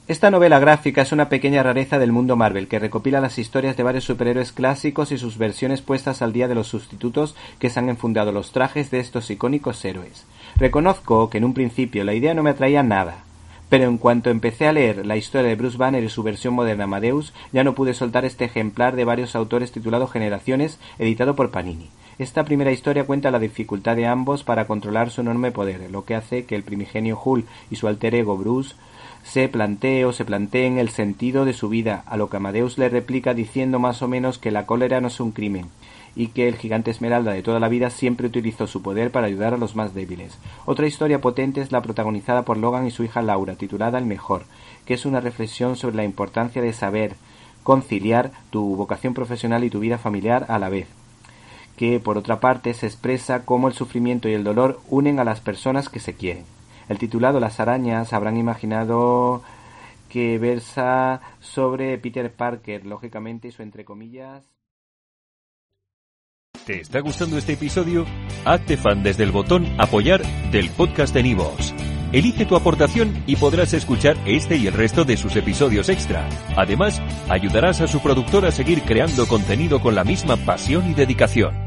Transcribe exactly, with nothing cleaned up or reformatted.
Esta novela gráfica es una pequeña rareza del mundo Marvel que recopila las historias de varios superhéroes clásicos y sus versiones puestas al día de los sustitutos que se han enfundado los trajes de estos icónicos héroes. Reconozco que en un principio la idea no me atraía nada, pero en cuanto empecé a leer la historia de Bruce Banner y su versión moderna Amadeus, ya no pude soltar este ejemplar de varios autores titulado Generaciones, editado por Panini. Esta primera historia cuenta la dificultad de ambos para controlar su enorme poder, lo que hace que el primigenio Hulk y su alter ego Bruce se plantee o se planteen el sentido de su vida, a lo que Amadeus le replica diciendo más o menos que la cólera no es un crimen, y que el gigante Esmeralda de toda la vida siempre utilizó su poder para ayudar a los más débiles. Otra historia potente es la protagonizada por Logan y su hija Laura, titulada El Mejor, que es una reflexión sobre la importancia de saber conciliar tu vocación profesional y tu vida familiar a la vez, que por otra parte se expresa cómo el sufrimiento y el dolor unen a las personas que se quieren. El titulado Las arañas habrán imaginado que versa sobre Peter Parker, lógicamente, y su entre comillas... ¿Te está gustando este episodio? Hazte fan desde el botón Apoyar del podcast de Nivos. Elige tu aportación y podrás escuchar este y el resto de sus episodios extra. Además, ayudarás a su productor a seguir creando contenido con la misma pasión y dedicación.